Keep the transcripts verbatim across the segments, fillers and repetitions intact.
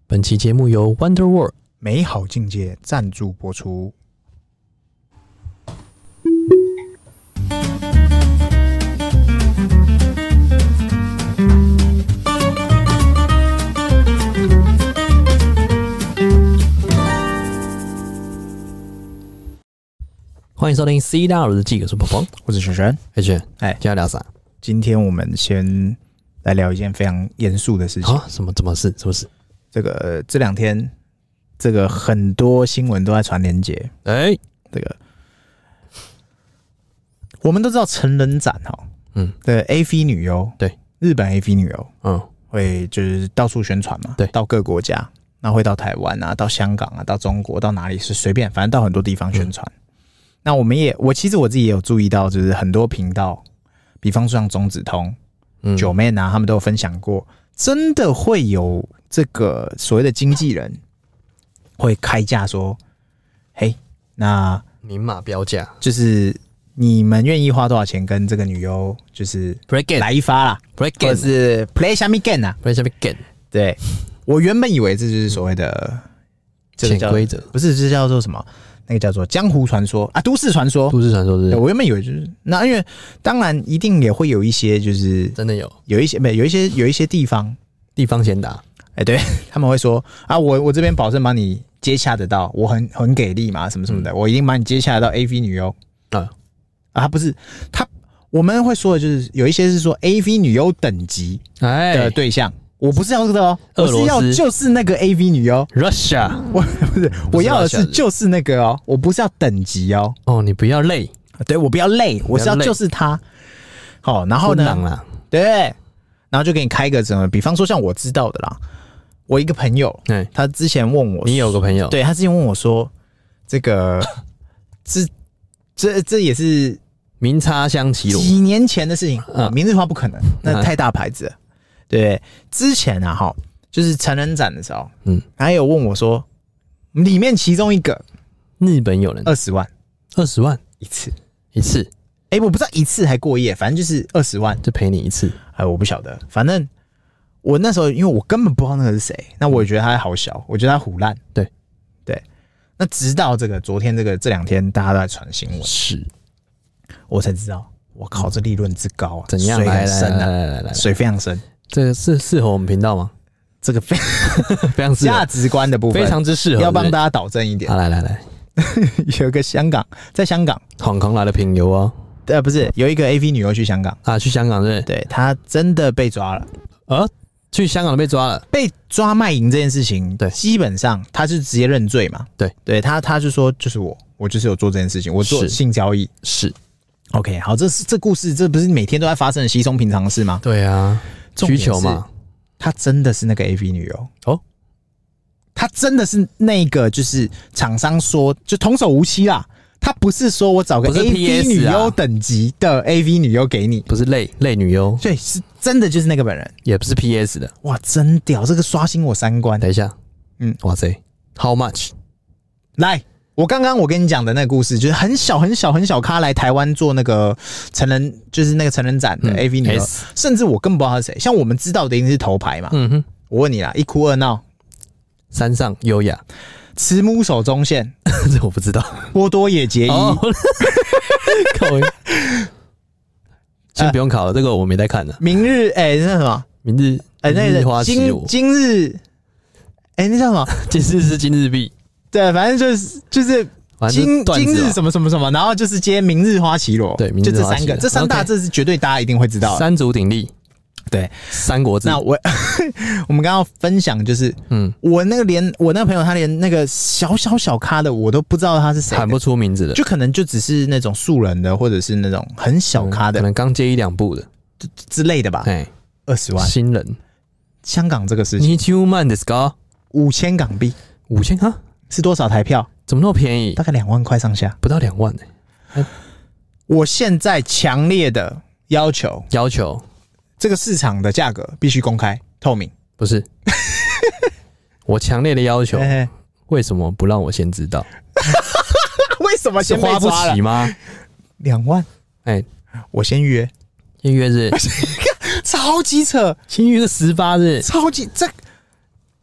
本期节目由 Wonder World 美好境界赞助播出。 欢迎收听 C 大日记，我是鹏鹏， 我是璇璇。 哎璇， 哎， 今天要聊啥？ 今天我们先来聊一件非常严肃的事情。 啊？什么？怎么事？什么事？ 这个、呃、这两天，这个很多新闻都在传连结。 哎， 这个我们都知道成人展哈，嗯，的 A V 女优， 对， 日本 A V 女优，嗯，会就是到处宣传嘛， 对， 到各国家，那会到台湾啊，到香港啊，到中国，到哪里是随便，反正到很多地方宣传。嗯，那我们也，我其实我自己也有注意到，就是很多频道，比方说像中子通、嗯、九妹啊，他们都有分享过，真的会有这个所谓的经纪人会开价说，嘿，那明码标价， 就是你们愿意花多少钱跟这个女优就是来一发啦，或者是 play 虾米 game 啊 ，play 虾米 game。对， 我原本以为这就是所谓的潜规则， 不是，这叫做什么？那个叫做江湖传说啊，都市传说， 都市传说是不是？ 我原本以为就是那，因为当然一定也会有一些，就是真的有有一些没有一些有一些地方地方先打， 哎、欸，对他们会说啊，我我这边保证把你接洽得到，我很很给力嘛，什么什么的，嗯、我一定把你接洽得到 A V 女优啊啊，不是他，我们会说的就是有一些是说 A V 女优等级的对象。哎，我不是要这个哦，我是要就是那个 A V 女优 Russia， 我不是我要的是就是那个哦，我不是要等级哦。 哦，你不要累， 对我不要累，我是要就是他。好，然后呢？对，然后就给你开一个什么，比方说像我知道的啦，我一个朋友，他之前问我， 你有个朋友， 对他之前问我说，这个这这这也是明叉香齐罗， 几年前的事情，嗯，明日花不可能，那太大牌子了。对，之前啊，哈，就是成人展的时候，嗯，还有问我说，里面其中一个日本有人二十万， 二十万一次， 一次， 哎、欸，我不知道一次还过夜，反正就是二十万， 就赔你一次， 哎，我不晓得，反正我那时候因为我根本不知道那个是谁，那我也觉得他好小，我觉得他唬烂， 对， 对，那直到这个昨天这个这两天大家都在传新闻， 是，我才知道，我靠，这利润之高啊， 怎样？ 水很深啊， 来来来来， 水非常深。 这个是适合我们频道吗？ 这个非非常价值观的部分， 非常之适合， 要帮大家导正一点。 好，来来来， 有一个香港，在香港， 香港来的朋友哦， 呃，不是，有一个 A V 女优去香港啊，去香港对， 对，她真的被抓了， 呃，去香港被抓了， 被抓卖淫这件事情，对，基本上她就直接认罪嘛， 对， 对，她她就说就是我，我就是有做这件事情，我做性交易， 是 ，OK， 好，这这故事这不是每天都在发生的稀松平常的事吗？ 对啊。需求嘛， 她真的是那个 A V 女优哦， 她真的是那个就是厂商说就童叟无欺啦，她不是说我找个 A V 女优等级的 A V 女优给你， 不是类类女优， 对，是真的就是那个本人， 也不是 P S 的， 哇，真屌，这个刷新我三观。 等一下，嗯，哇塞 ，How much？ 来。我刚刚我跟你讲的那个故事，就是很小很小很小咖来台湾做那个成人，就是那个成人展的 A V 女优、嗯，甚至我根本不知道他是谁。像我们知道的一定是头牌嘛。嗯哼，我问你啦，一哭二闹， 山上优雅， 慈母手中线， 这我不知道。 波多野结衣，哦、 先不用考了，这个我没在看的。 明日哎、欸，那什么？ 明日哎、欸，那个今今日哎、欸，那叫什么？ 今日是今日币。 对，反正就是就是今今日什么什么什么，然后就是接明日花绮罗， 对，明日就这三个，这三大这是绝对大家一定会知道的， 三足鼎立， 对， 三国志。 那我我们刚刚分享就是，嗯，我那个连我那个朋友他连那个小小小咖的我都不知道他是谁， 喊不出名字的， 就可能就只是那种素人的，或者是那种很小咖的， 嗯、可能刚接一两部的之类的吧，哎，二十万新人， 香港这个事情， 你九万ですか？ 五千港币， 五千啊？ 是多少台票？ 怎么那么便宜？ 大概两万块上下， 不到两万哎、欸！ 我现在强烈的要求， 要求这个市场的价格必须公开透明。 不是，我强烈的要求，嘿嘿为什么不让我先知道？ 为什么先被抓了？ 是花不起吗？ 两万，哎、欸，我先约， 先约是超级扯， 先约个十八日， 超级这。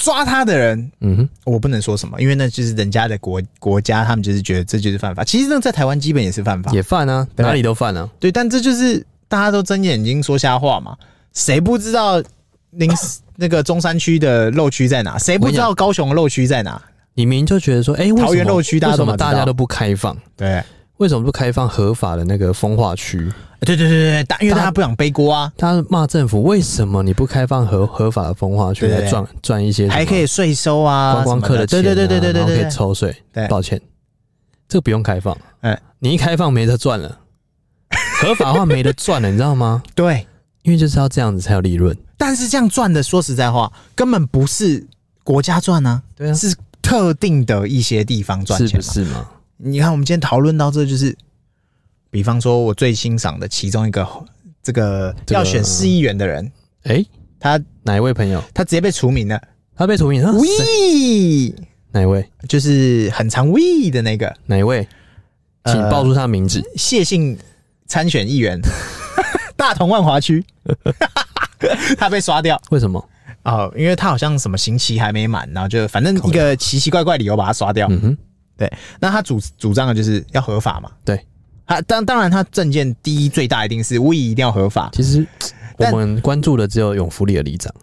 抓他的人， 嗯哼， 我不能说什么，因为那就是人家的国国家，他们就是觉得这就是犯法。其实那在台湾基本也是犯法， 也犯啊，哪里都犯啊。 对，但这就是大家都睁眼睛说瞎话嘛。谁不知道临那个中山区的漏区在哪？谁不知道高雄的漏区在哪？ 你明明就觉得说，哎、欸， 桃园漏区大家都为什么大家都不开放？ 对， 为什么不开放合法的那个风化区？ 对对对对，因为大家不想背锅啊。 他骂政府，为什么你不开放合合法的风化区来赚赚一些， 还可以税收啊， 观光客的钱、啊， 对对对对对对， 然后可以抽税。抱歉，这个不用开放。嗯，你一开放没得赚了，合法化没得赚了，你知道吗？ 对， 因为就是要这样子才有利润。 但是这样赚的，说实在话，根本不是国家赚啊， 对啊， 是特定的一些地方赚钱嘛， 是不是嘛？ 你看，我们今天讨论到这，就是比方说，我最欣赏的其中一个这个要选市议员的人， 哎、欸， 他哪一位朋友？ 他直接被除名了， 他被除名了。 喂， 哪一位？ 就是很常喂的那个， 哪一位？请报出他的名字。 呃、谢姓参选议员，大同万华区，他被刷掉， 为什么？ 哦，因为他好像什么刑期还没满，然后就反正一个奇奇怪怪理由把他刷掉。 嗯哼， 对，那他主主张的就是要合法嘛。 对， 他当当然他政见第一最大一定是we一定要合法。 其实我们关注的只有永福里的里长。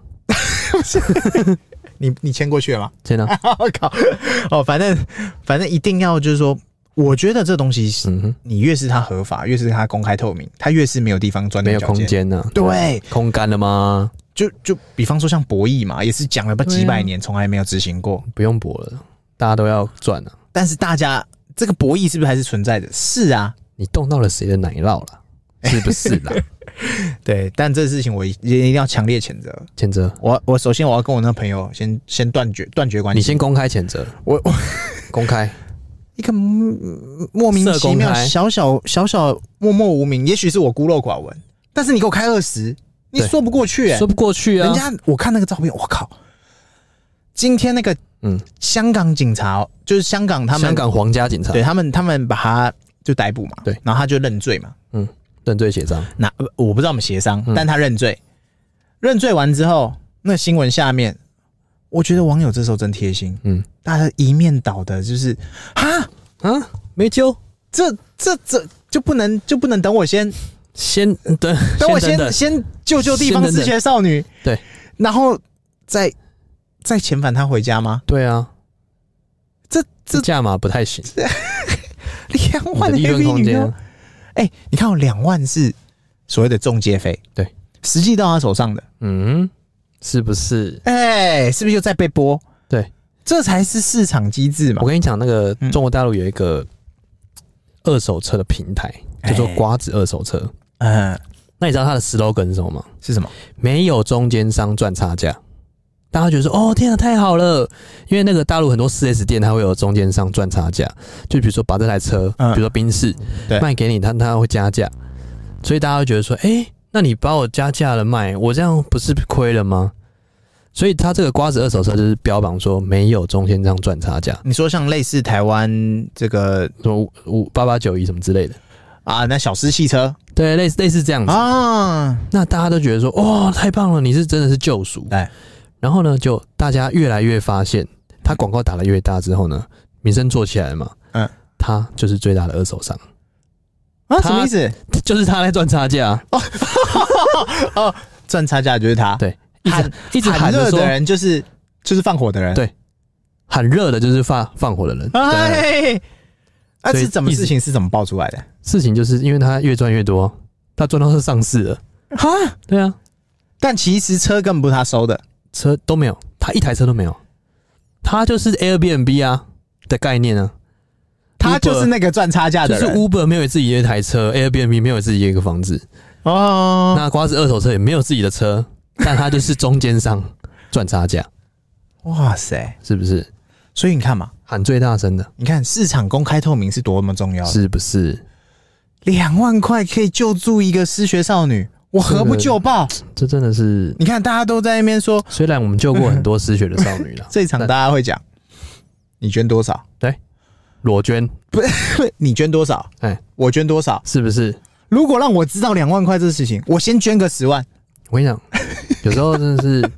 你你签过去了吗？ 签了。 我靠！哦，反正反正一定要就是说，我觉得这东西，嗯、你越是它合法，越是它公开透明，它越是没有地方钻牛角尖， 没有空间呢、啊。 对， 空干了吗？ 就就比方说像博弈嘛，也是讲了不几百年，从、啊、来没有执行过。 不用博了，大家都要赚啊。 但是大家这个博弈是不是还是存在的？是啊， 你动到了谁的奶酪了？是不是啦？ 对，但这事情我一定要强烈谴责， 谴责。 我我首先我要跟我那朋友先先断绝断绝关系。 你先公开谴责， 我我公开一个莫名其妙小小小小默默无名，也许是我孤陋寡闻，但是你给我开二十。你说不过去、欸， 说不过去啊！ 人家我看那个照片，我靠！今天那个嗯，香港警察就是香港他们香港皇家警察， 对他们他们把他就逮捕嘛， 对， 然后他就认罪嘛， 嗯，认罪协商。 那我不知道我们协商、嗯，但他认罪，认罪完之后，那新闻下面，我觉得网友这时候真贴心，嗯，大家一面倒的就是哈啊没救， 这这这就不能就不能等我先。 先等， 等我先先救救地方失学少女， 对， 然后再再遣返她回家吗？ 对啊， 这这价码不太行， 两万的 A V 女优，哎、欸，你看，两万是所谓的中介费， 对， 实际到他手上的， 嗯，是不是？ 哎、欸，是不是又在被剥？ 对， 这才是市场机制嘛。 我跟你讲，那个中国大陆有一个二手车的平台，嗯、叫做瓜子二手车。嗯，那你知道它的 slogan 是什么吗？ 是什么？ 没有中间商赚差价。大家觉得说，哦，天啊，太好了！因为那个大陆很多 四 S 店，它会有中间商赚差价，就比如说把这台车，嗯、比如说宾士，卖给你，它它会加价，所以大家会觉得说，哎、欸，那你把我加价了卖，我这样不是亏了吗？所以它这个瓜子二手车就是标榜说没有中间商赚差价。 你说像类似台湾这个什么五八八九一什么之类的啊，那小狮汽车。 对，类似类似这样子啊，那大家都觉得说，哇，太棒了，你是真的是救赎。对，然后呢，就大家越来越发现，他广告打得越大之后呢，名声做起来了嘛，嗯，他就是最大的二手商啊，什么意思？ 就是他在赚差价哦， 哦，赚差价就是他， 对， 喊一直喊热的人就是就是放火的人， 对，喊热的就是放放火的人，对。 那、啊、是怎么事情是怎么爆出来的？ 事情就是因为他越赚越多，他赚到是上市了。哈，对啊， 但其实车根本不是他收的， 车都没有，他一台车都没有，他就是 Airbnb 啊的概念啊， 他就是那个赚差价的人， 就是 Uber 没有自己的一台车 ，Airbnb 没有自己的一个房子哦。那瓜子二手车也没有自己的车，但他就是中间商赚差价。 哇塞， 是不是？ 所以你看嘛， 喊最大声的， 你看市场公开透明是多么重要的， 是不是？ 两万块可以救助一个失学少女，我何不救爆？ 这真的是， 你看大家都在那边说， 虽然我们救过很多失学的少女了， 这一场大家会讲，你捐多少？ 对，裸捐， 不是你捐多少？哎，我捐多少？ 是不是？ 如果让我知道两万块这事情，我先捐个十万。 我跟你讲，有时候真的是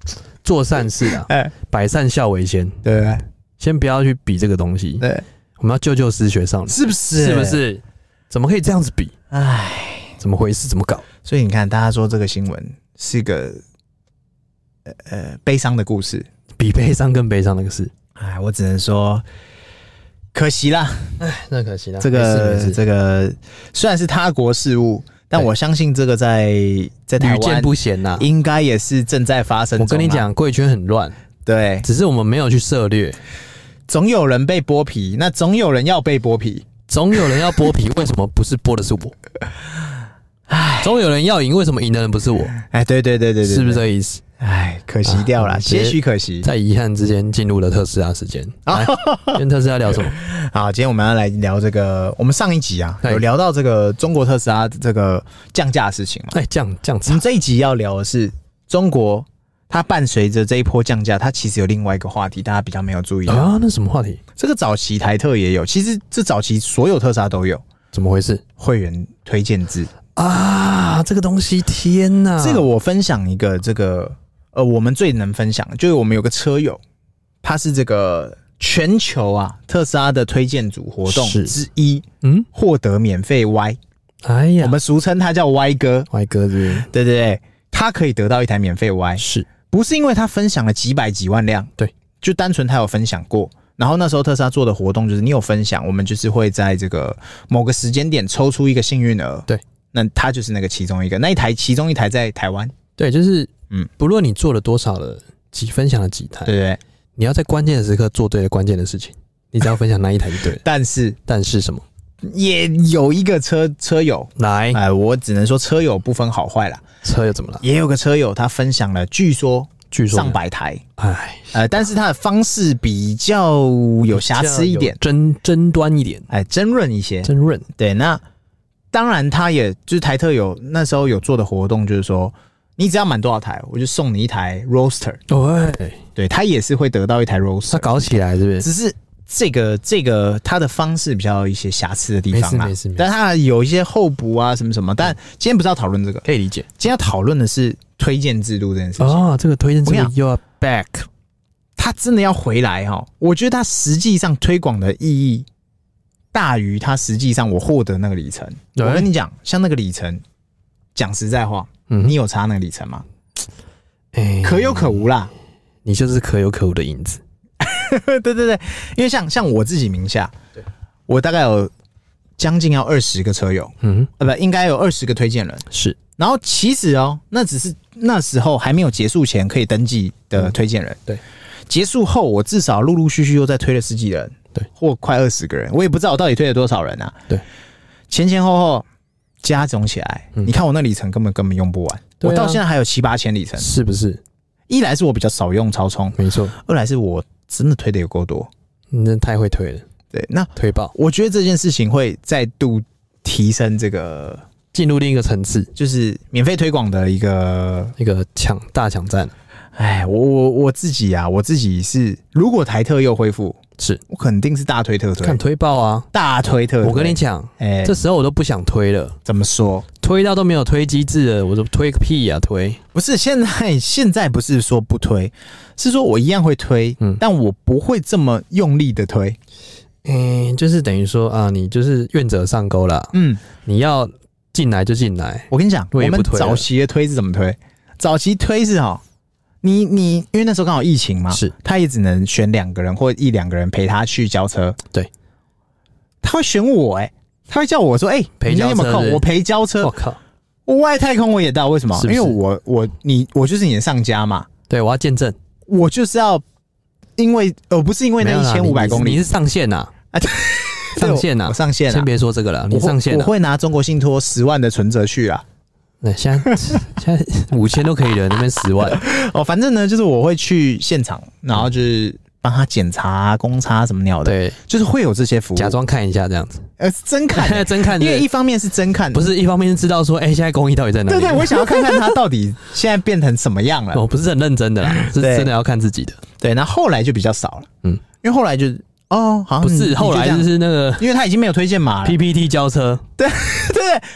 做善事啊，哎，百善孝为先， 对不对？ 先不要去比这个东西， 对， 我们要救救失学少女， 是不是？ 是不是？怎么可以这样子比？ 哎， 怎么回事？怎么搞？ 所以你看，大家说这个新闻是一个呃悲伤的故事， 比悲伤更悲伤的事。 哎，我只能说。可惜啦， 哎，那可惜啦。 这个这个虽然是他国事务，但我相信这个在在台湾屡见不鲜呐， 应该也是正在发生中、啊。 我跟你讲，贵圈很乱， 对， 只是我们没有去涉略。 总有人被剥皮，那总有人要被剥皮， 总有人要剥皮，为什么不是剥的是我？哎，总有人要赢，为什么赢的人不是我？ 哎，对对对对对， 是不是这个意思？ 哎，可惜掉了，啊、些许可惜。 在遗憾之间进入了特斯拉时间。来，今天特斯拉聊什么？ 好，今天我们要来聊这个。我们上一集啊，有聊到这个中国特斯拉这个降价的事情嘛？ 哎，降降价。 我们这一集要聊的是中国，它伴随着这一波降价，它其实有另外一个话题，大家比较没有注意到啊。那什么话题？ 这个早期台特也有，其实这早期所有特斯拉都有。 怎么回事？ 会员推荐制啊，这个东西，天哪！ 这个我分享一个这个。呃，我们最能分享的就是我们有个车友，他是这个全球啊特斯拉的推荐组活动之一，嗯，获得免费 Y， 哎呀，我们俗称他叫 Y 哥 ，Y 哥是， 对对对，他可以得到一台免费 Y， 是不是因为他分享了几百几万辆？ 对， 就单纯他有分享过，然后那时候特斯拉做的活动就是你有分享，我们就是会在这个某个时间点抽出一个幸运儿， 对， 那他就是那个其中一个，那一台其中一台在台湾， 对，就是。嗯，不论你做了多少了，几分享了几台， 对不对？ 你要在关键的时刻做对了关键的事情，你只要分享那一台就对了。 但是， 但是什么？ 也有一个车车友来， 哎，我只能说车友不分好坏啦。 车友怎么了？ 也有个车友他分享了，据说据说上百台， 哎， 呃，但是他的方式比较有瑕疵一点， 争争端一点， 哎，争论一些， 争论。 对，那当然他也就是台特有那时候有做的活动，就是说。你只要满多少台，我就送你一台 Roadster。对，对，他也是会得到一台 Roadster。他搞起来是不是？ 只是这个这个他的方式比较有一些瑕疵的地方啦， 没事没事， 但他有一些后补啊什么什么。但今天不是要讨论这个， 可以理解。 今天要讨论的是推荐制度这件事情。 哦，这个推荐制度又要 back， 他真的要回来哈。我觉得他实际上推广的意义大于他实际上我获得那个里程。我跟你讲，像那个里程，讲实在话。嗯、你有差那个里程吗？欸、可有可无啦， 你就是可有可无的影子。 对对对，因为像像我自己名下，我大概有将近要二十个车友，嗯，呃不，应该有二十个推荐人是。 然后其实哦，那只是那时候还没有结束前可以登记的推荐人，嗯、 对。 结束后，我至少陆陆续续又再推了十几人， 对， 或快二十个人，我也不知道我到底推了多少人啊， 对， 前前后后。加总起来，嗯、你看我那里程根本根本用不完，啊、我到现在还有七八千里程， 是不是？ 一来是我比较少用超充， 没错； 二来是我真的推的有够多， 你真的太会推了。 对，那推爆， 我觉得这件事情会再度提升这个进入另一个层次， 就是免费推广的一个一个抢大抢战。 哎，我我我自己啊，我自己是，如果台特又恢复， 是我肯定是大推特推， 看推爆啊， 大推特推。 我跟你讲，哎、欸，这时候我都不想推了。 怎么说？ 推到都没有推机制了，我说推个屁啊！推不是现在，现在不是说不推，是说我一样会推，嗯，但我不会这么用力的推。 嗯、欸，就是等于说啊，你就是愿者上钩啦，嗯，你要进来就进来。 我跟你讲，我们早期的推是怎么推？早期推是哈。你你因为那时候刚好疫情嘛， 是， 他也只能选两个人或一两个人陪他去交车。 对， 他会选我哎、欸，他会叫我说哎，陪、欸、交车，你有没有空？我陪交车。 我靠， 我外太空我也到，为什么？是是因为我我你我就是你的上家嘛。 对，我要见证， 我就是要，因为呃不是因为那一千五百公里， 你是上线呐啊，上线呐， 我上线了。 先别说这个了，你上线我，我会拿中国信托十万的存折去啊。 那现在现在五千都可以了，那边十万哦。反正呢，就是我会去现场，然后就是帮他检查公差什么鸟的， 对， 就是会有这些服务， 假装看一下这样子。 呃，真看、欸， 真看， 因为一方面是真看， 不是一方面是知道说，哎、欸，现在公益到底在哪里？ 对对，我想要看看他到底现在变成什么样了。 哦，不是很认真的啦，是真的要看自己的。 对，那后来就比较少了，嗯，因为后来就哦，好像不是后来就是那个， 因为他已经没有推荐码了 ，P P T 交车， 对对。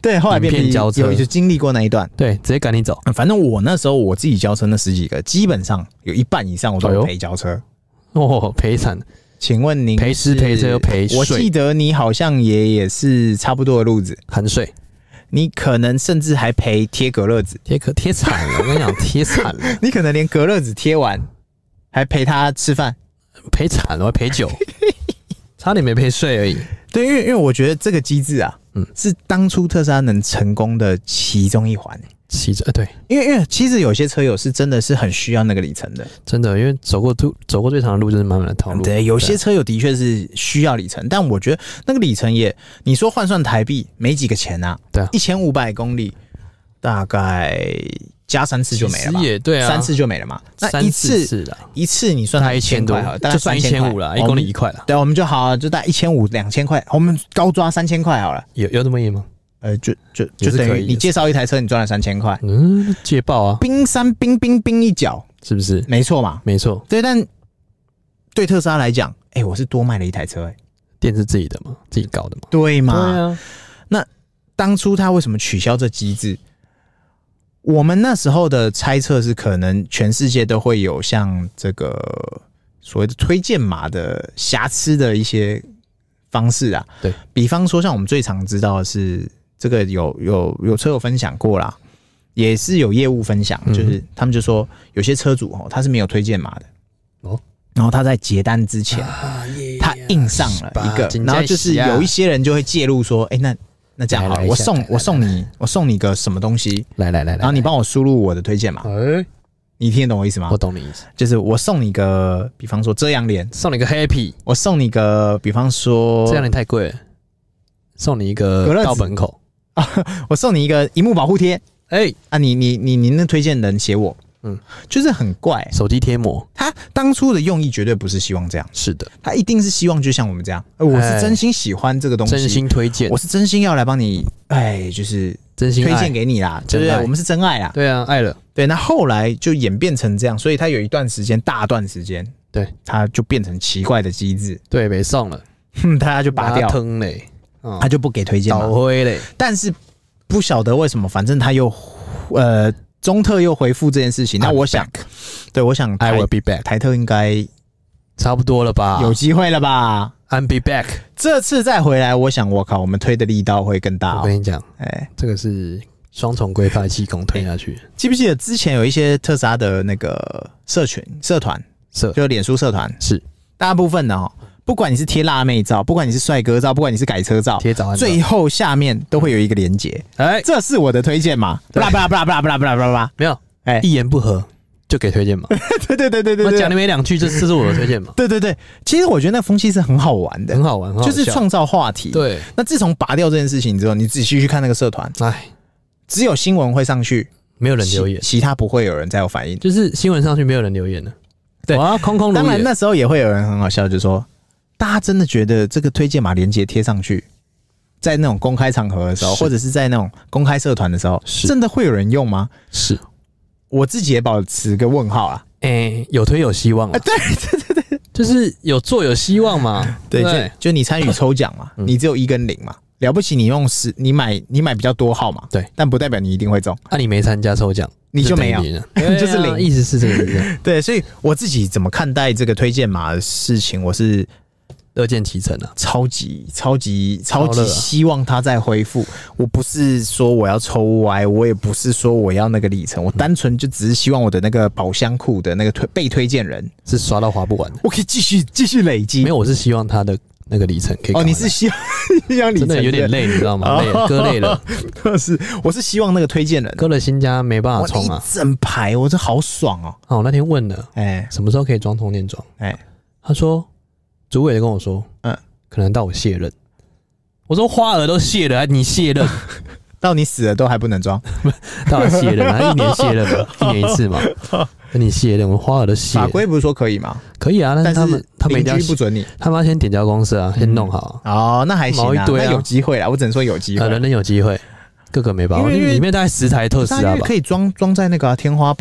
对，后来变 P 交车， 有就经历过那一段， 对，直接赶你走。 反正我那时候我自己交车那十几个，基本上有一半以上我都有赔交车。 哦，赔惨。 请问您赔吃赔车又赔税？ 我记得你好像也也是差不多的路子， 含税。 你可能甚至还赔贴隔热纸， 贴可贴惨了。我跟你讲，贴惨了。 你可能连隔热纸贴完，还陪他吃饭， 赔惨了，赔酒，差点没赔税而已。 对，因为因为我觉得这个机制啊，嗯，是当初特斯拉能成功的其中一环。 其中，对， 因为因为其实有些车友是真的是很需要那个里程的， 真的，因为走过路走过最长的路就是满满的套路。 对，有些车友的确是需要里程，但我觉得那个里程也，你说换算台币没几个钱啊， 对啊， 一千五百公里大概加三次就没了吧？ 也对啊， 三次就没了嘛。那一次次啦， 一次你算它一千多，大概就算一千五了，一公里一块了。 对，我们就好，就大概一千五两千块，我们高抓三千块好了。 有有这么硬吗？ 呃，就就就等于你介绍一台车，你赚了三千块。 嗯，捷报啊！ 冰山冰冰冰一角， 是不是？ 没错嘛， 没错。 对，但对特斯拉来讲，哎、欸，我是多卖了一台车、欸，哎， 店是自己的嘛，自己搞的嘛， 对嘛？ 对啊。 那当初他为什么取消这机制？我们那时候的猜测是，可能全世界都会有像这个所谓的推荐码的瑕疵的一些方式啊。 对， 比方说，像我们最常知道的是。这个有有有车友分享过啦，也是有业务分享，嗯、就是他们就说有些车主哦，他是没有推荐码的哦，然后他在结单之前，啊、他印上了一个，然后就是有一些人就会介入说，哎、欸，那那这样好了，我送我送你我送你个什么东西， 来来来， 然后你帮我输入我的推荐码， 欸、 你听得懂我意思吗？ 我懂你意思， 就是我送你个，比方说遮阳帘， 送你个 Happy， 我送你个，比方说遮阳帘太贵了，送你一个到本口。 啊、我送你一个萤幕保护贴，哎、欸、啊你，你你你那推荐人写我，嗯，就是很怪、欸。 手机贴膜， 他当初的用意绝对不是希望这样， 是的， 他一定是希望就像我们这样，我是真心喜欢这个东西， 真心推荐， 我是真心要来帮你，哎，就是真心推荐给你啦，对不对？我们是真爱啦， 对啊，爱了， 对。那后来就演变成这样，所以他有一段时间，大段时间， 对， 他就变成奇怪的机制， 对，没送了， 哼，大家就拔掉， 坑嘞。 他就不给推荐嘛， 倒灰嘞。 但是不晓得为什么，反正他又呃中特又回复这件事情。那我想，对，我想 I will be back， 台特应该差不多了吧， 有机会了吧 ？I'm be back， 这次再回来，我想我靠，我们推的力道会更大、哦。 我跟你讲，哎、 欸， 这个是双重规划气功推下去、欸。 记不记得之前有一些特斯拉的那个社群社团， 社就脸书社团， 是大部分的哦。不管你是贴辣妹照，不管你是帅哥照，不管你是改车照， 贴早安照， 最后下面都会有一个连结。哎、欸，这是我的推荐码。不啦不啦不啦不啦不啦不啦不啦不啦， 没有，哎、欸，一言不合就给推荐码。 对对对对对， 我讲你没两句，这这是我的推荐码。 对对对，其实我觉得那风气是很好玩的， 很好玩，很好就是创造话题。 对， 那自从拔掉这件事情之后，你仔细去看那个社团，哎，只有新闻会上去， 没有人留言， 其他不会有人再有反应。 就是新闻上去没有人留言了。对，哇，空空如也。 当然那时候也会有人很好笑，就说。大家真的觉得这个推荐码连结贴上去，在那种公开场合的时候，或者是在那种公开社团的时候，真的会有人用吗？ 是， 我自己也保持个问号啊。 哎、欸，有推有希望啊。 对对对对， 就是有做有希望嘛。 对，对就就你参与抽奖嘛，嗯、你只有一跟零嘛。了不起，你用十，你买你买比较多号嘛。 对， 但不代表你一定会中。 那、啊、你没参加抽奖， 你就没有，就是零。 意思是这个意思。 对，所以我自己怎么看待这个推荐码的事情，我是。 乐见其成啊， 超级超级超级希望它再恢复。我不是说我要抽歪，我也不是说我要那个里程，我单纯就只是希望我的那个宝箱库的那个推被推荐人是刷到滑不完的， 我可以继续继续累积。 没有，我是希望他的那个里程可以。 哦，你是希望希望里程真的有点累，你知道吗？累了，割累了。 是，我是希望那个推荐人割了新家没办法充啊， 一整排，我这好爽哦。 哦，我那天问了，哎、欸，什么时候可以装充电桩？哎、欸，他说，主委跟我说，嗯。可能到我卸任，我说花儿都卸了，你卸任， 到你死了都还不能装， 到我卸任，他一年卸任嘛，一年一次嘛，跟你卸任，我花儿都卸。 法规不是说可以吗？ 可以啊，但是他们他们一定要不准你， 他们要先点交公司啊，先弄好、 嗯。哦，那还行啊，那有机会啦，我只能说有机会， 人人有机会，个个没把握。里面大概十台特斯拉吧， 可以装装在那个、啊、天花板。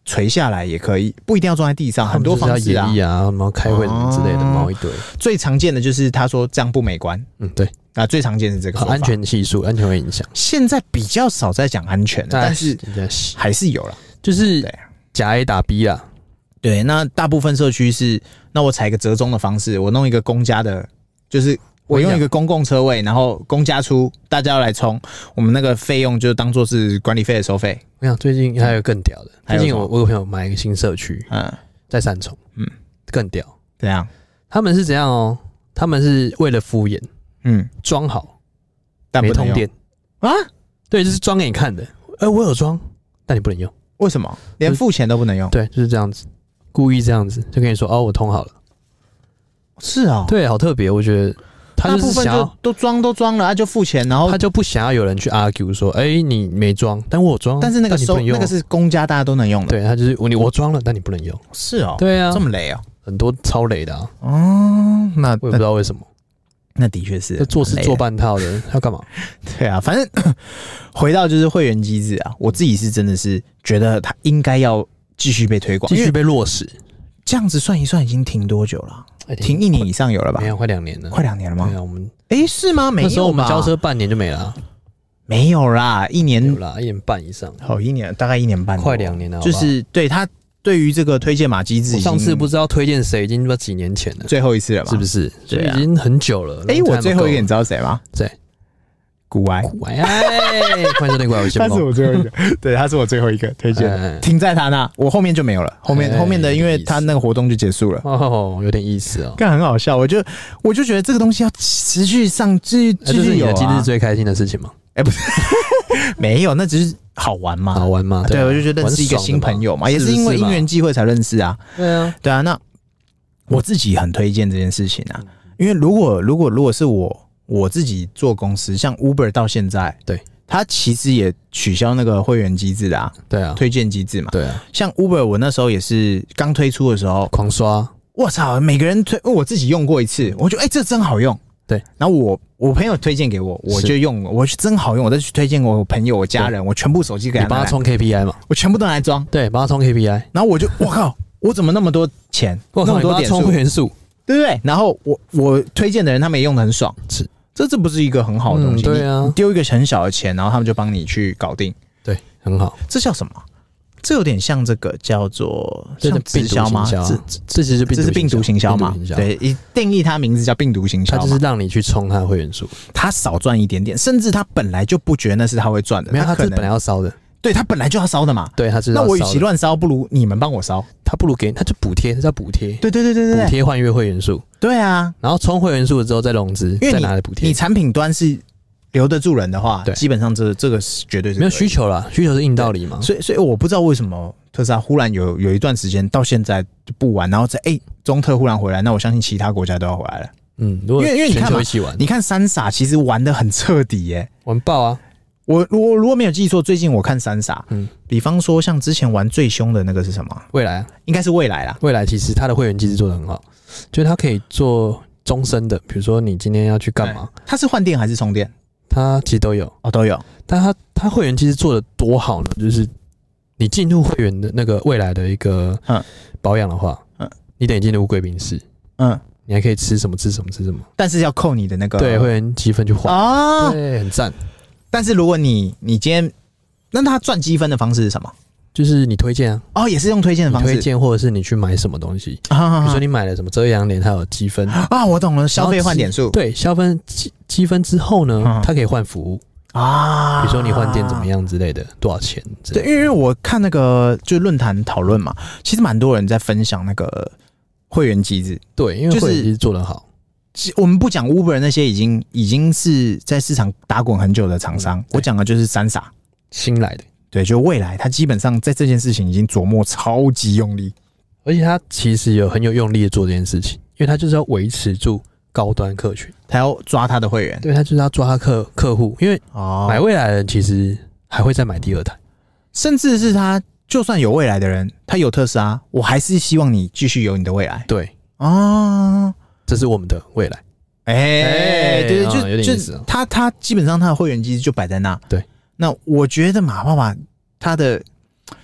垂下来也可以，不一定要装在地上，很多方式啊， 要演绎啊，然后开会什么之类的，毛、哦、一堆。最常见的就是他说这样不美观， 嗯，对， 啊，最常见是这个说法， 安全系数，安全会影响。 现在比较少在讲安全了，但是还是有了， 就是假 A 打 B 啦。 对，那大部分社区是，那我采一个折中的方式，我弄一个公家的，就是我用一个公共车位，然后公家出，大家要来冲，我们那个费用就当做是管理费的收费。 我想最近还有更屌的，最近我我有朋友买一个新社区，嗯，在三重，嗯，更屌。 怎样？ 他们是怎样哦？他们是为了敷衍，嗯，装好，但没通电啊？对，就是装给你看的。哎、欸，我有装，但你不能用。 为什么？连付钱都不能用？ 对，就是这样子，故意这样子，就跟你说哦，我通好了。 是啊、哦， 对，好特别，我觉得。他就是想要都装都装了，他就付钱，然后他就不想要有人去 argue 说，哎、欸，你没装，但我有装， 但是那个收那个是公家，大家都能用的。 对，他就是我你我装了，但你不能用。 是哦， 对啊， 这么雷哦， 很多超雷的啊。 哦，那我也不知道为什么。 那的确是， 做事做半套的，要干嘛？ 对啊，反正回到就是会员机制啊，我自己是真的是觉得它应该要继续被推广， 继续被落实。 这样子算一算，已经停多久了？停一年以上有了吧？ 没有，快两年了。 快两年了吗？ 对啊，我们哎、欸、是吗？没有吧？ 那时候我们交车半年就没了、啊。 没有啦，一年有啦，一年半以上。 好，一年大概一年半， 快两年了好不好。 就是对他对于这个推荐码机制， 我上次不知道推荐谁，已经不知道几年前了， 最后一次了嘛？ 是不是？ 对、啊， 已经很久了。 哎、欸，我最后一个你知道谁吗？ 谁？ 古埃， 古埃，哎，欢迎收听古埃，我是他是我最后一个，对，他是我最后一个推荐的，停在他那，我后面就没有了，后面、哎、后面的，因为他那个活动就结束了， 哦，有点意思哦， 干很好笑，我就我就觉得这个东西要持续上，继续继续有、啊， 这是你的今日最开心的事情吗？ 哎、欸，不是，没有，那只是好玩嘛， 好玩嘛， 对，对我就觉得是一个新朋友嘛，也是因为因缘际会才认识啊， 对啊， 对啊，那我自己很推荐这件事情啊，因为如果如果如果是我。我自己做公司，像 Uber 到现在， 对， 它其实也取消那个会员机制的啊， 对啊， 推荐机制嘛， 对啊。 像 Uber 我那时候也是刚推出的时候， 狂刷， 我操，每个人推，我自己用过一次，我觉得哎、欸，这真好用， 对。 然后我我朋友推荐给我，我就用，我真好用，我再去推荐我朋友、我家人，我全部手机给他， 你帮他冲 K P I 嘛， 我全部都拿来装， 对，帮他冲 K P I， 然后我就我靠，我怎么那么多钱， 我那么多点数， 冲会员数， 对不对？然后我我推荐的人，他们也用得很爽， 是。 这这不是一个很好的东西，嗯、 对啊， 你丢一个很小的钱，然后他们就帮你去搞定， 对，很好。 这叫什么？这有点像这个叫做像直销吗？这这其实这是病毒行销嘛？对，定义它名字叫病毒行销， 它就是让你去冲它的会员数， 它少赚一点点，甚至它本来就不觉得那是他会赚的， 没有，它是本来要烧的。 对，他本来就要烧的嘛， 对，他是那我与其乱烧，不如你们帮我烧， 他不如给他就补贴，这叫补贴， 对对对对对， 补贴换月会员数， 对啊， 然后充会员数之后再融资，再拿来补贴。 你产品端是留得住人的话，基本上这这个是绝对是没有需求啦，需求是硬道理嘛。 所以所以我不知道为什么特斯拉忽然有有一段时间到现在就不玩，然后在哎、欸、中特忽然回来，那我相信其他国家都要回来了。 嗯，因为因为你看嘛， 你看三傻其实玩得很彻底耶、欸， 玩爆啊！ 我我如果没有记错，最近我看三傻，嗯，比方说像之前玩最凶的那个是什么？ 未来啊， 应该是未来啦。 未来其实它的会员机制做得很好，就是它可以做终身的，比如说你今天要去干嘛？ 它是换电还是充电？ 它其实都有哦，都有。 但它它会员机制做得多好呢？就是你进入会员的那个未来的一个保养的话，嗯，你等于进入贵宾室，嗯。你还可以吃什么吃什么吃什么， 但是要扣你的那个对会员积分去换啊，对，很赞。 但是如果你你今天，那他赚积分的方式是什么？ 就是你推荐啊， 哦，也是用推荐的方式， 推荐或者是你去买什么东西，啊、比如说你买了什么遮阳帘，它有积分啊，我懂了，消费换点数， 对，消费积分之后呢，嗯、它可以换服务啊，比如说你换电怎么样之类的，多少钱？ 对，因为我看那个就论坛讨论嘛，其实蛮多人在分享那个。会员机制， 对，因为会员机制做得好。 就是、我们不讲 Uber 那些已经已经是在市场打滚很久的厂商，嗯、我讲的就是三傻新来的， 对，就未来，他基本上在这件事情已经琢磨超级用力， 而且他其实有很有用力的做这件事情，因为他就是要维持住高端客群， 他要抓他的会员， 对他就是要抓他客客户，因为买未来的人其实还会再买第二台， 甚至是他。就算有未来的人，他有特斯拉，我还是希望你继续有你的未来。 对啊，这是我们的未来。 哎、欸，对对，就、 哦、有点意思、哦。 他他基本上他的会员机制就摆在那。 对， 那我觉得马爸爸他的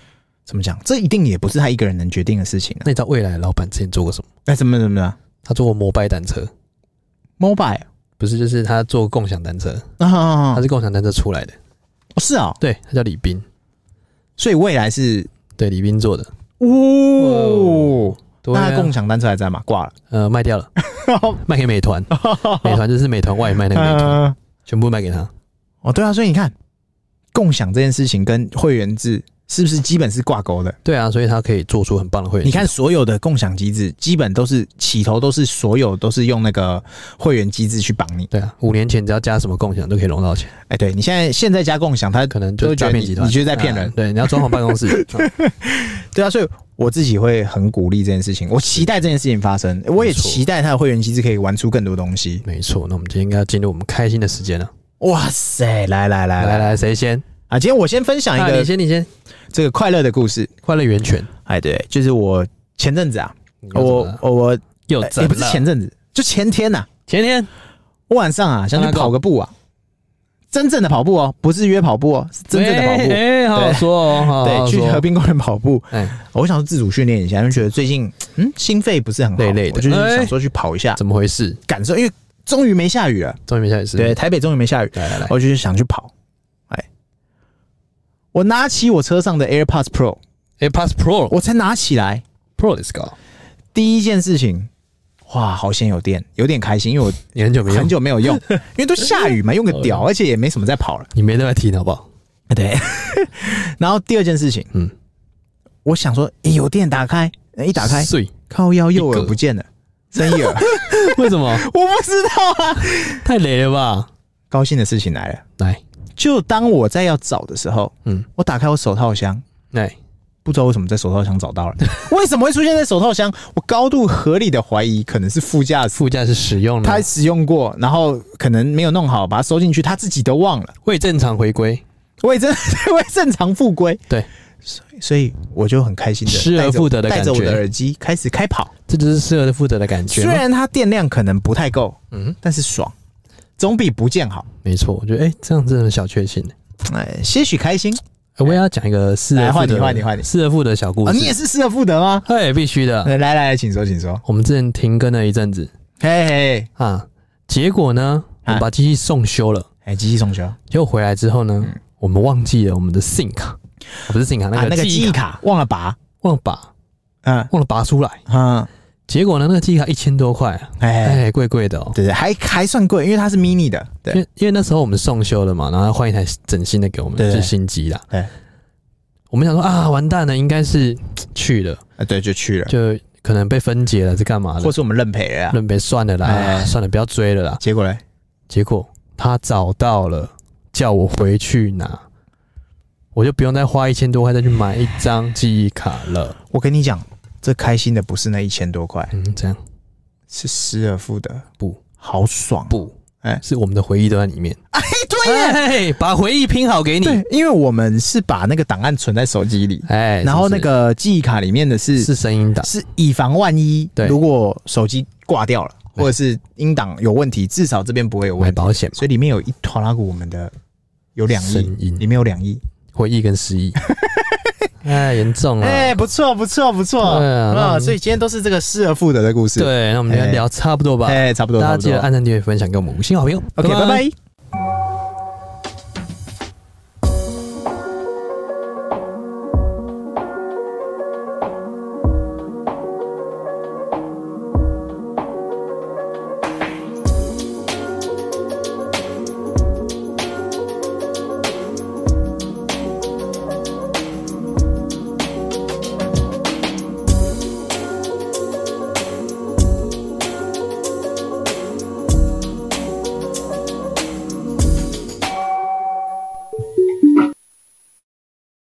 怎么讲？这一定也不是他一个人能决定的事情啊。 那你知道未来的老板之前做过什么？ 哎、欸，怎么怎么的？ 他做过摩拜单车 ，mobile 不是，就是他做共享单车， 啊， 他是共享单车出来的。 哦，是哦， 对，他叫李斌， 所以未来是对李斌做的。 哦， 对啊、 那他共享单车还在吗？挂了， 呃，卖掉了，卖给美团，美团就是美团外卖那个美团，呃、全部卖给他。 哦，对啊，所以你看，共享这件事情跟会员制是不是基本是挂钩的？ 对啊，所以他可以做出很棒的会员制。 你看所有的共享机制，基本都是起头都是所有都是用那个会员机制去绑你。 对啊，五年前只要加什么共享都可以融到钱。 哎、欸，对你现在现在加共享，他可能就是诈骗集团， 你觉得在骗人、啊？ 对，你要装潢办公室。嗯、 对啊，所以我自己会很鼓励这件事情，我期待这件事情发生，我也期待他的会员机制可以玩出更多东西。 没错，那我们今天应该要进入我们开心的时间了。 哇塞，来来来来来，谁先啊？今天我先分享一个， 啊、你先你先， 这个快乐的故事， 快乐源泉。 哎，对，就是我前阵子啊，我我又也、欸、不是前阵子，就前天呐、啊， 前天我晚上啊想去跑个步啊，真正的跑步哦，不是约跑步哦，是真正的跑步。 哎、欸，好好说哦，好好对，去河滨公园跑步。哎、 欸， 我想说自主训练一下，因为觉得最近嗯心肺不是很好， 累累的， 我就是想说去跑一下， 怎么回事？ 感受，因为终于没下雨了， 终于没下雨是？ 对，台北终于没下雨， 来来来， 我就是想去跑。哎，我拿起我车上的 AirPods Pro，AirPods Pro， 我才拿起来 Pro Let's go。 第一件事情，哇，好险有电，有点开心，因为我你很久没用， 很久没有用，因为都下雨嘛，用个屌，而且也没什么在跑了。 你没在那听好不好？ 对。然后第二件事情，嗯，我想说，欸、有电打开，一打开，靠腰右耳不见了。生意耳， 为什么？ 我不知道啊， 太雷了吧！ 高兴的事情来了， 来， 就当我在要找的时候，嗯，我打开我手套箱， 哎， 不知道为什么在手套箱找到了，为什么会出现在手套箱？我高度合理的怀疑，可能是副驾驶， 副驾驶使用了， 他使用过，然后可能没有弄好，把它收进去，他自己都忘了， 未正常回归， 未正未正常复归， 对。 所以我就很开心的失而复得的感觉， 带着我的耳机开始开跑， 这就是失而复得的感觉。 虽然它电量可能不太够，嗯，但是爽，总比不见好。 没错，我觉得哎、欸，这样真的很小确幸， 哎，些许开心。 我也要讲一个失而复得， 换你换你失而复得小故事、 哦。你也是失而复得吗？ 哎，必须的。 来来来，请说，请说。 我们之前停更了一阵子， 嘿嘿啊，结果呢，我们把机器送修了， 哎，机器送修， 结果回来之后呢，嗯、我们忘记了我们的 SIM 卡。不是 SIM 卡，那个记忆卡忘了拔， 忘了拔，嗯，忘了拔出来，嗯，结果呢，那个记忆卡一千多块，哎，贵贵的哦， 对对，还还算贵，因为它是 mini 的，对， 因为因为那时候我们送修了嘛，然后换一台整新的给我们，就是新机啦，对，我们想说啊，完蛋了，应该是去了， 啊，对，就去了， 就可能被分解了，是干嘛的？ 或是我们认赔了， 认赔算了啦，哎、算了，不要追了啦。 结果嘞， 结果他找到了，叫我回去拿。我就不用再花一千多块再去买一张记忆卡了。 我跟你讲，这开心的不是那一千多块， 嗯，这样是失而复得， 不好爽不，哎、欸，是我们的回忆都在里面。 哎，对耶， 哎，把回忆拼好给你。 对，因为我们是把那个档案存在手机里，哎，然后那个记忆卡里面的是是声音档， 是以防万一，对，如果手机挂掉了或者是音档有问题，至少这边不会有问题， 买保险。所以里面有一拖拉股，我们的有两亿，里面有两亿。 回忆跟失忆，哎，严重了， 哎，不错，不错，不错，对啊，所以今天都是这个失而复得的故事。 对，那我们今天聊差不多吧， 哎，差不多， 大家记得按赞、订阅、分享给我们五星好评。 OK， 拜拜。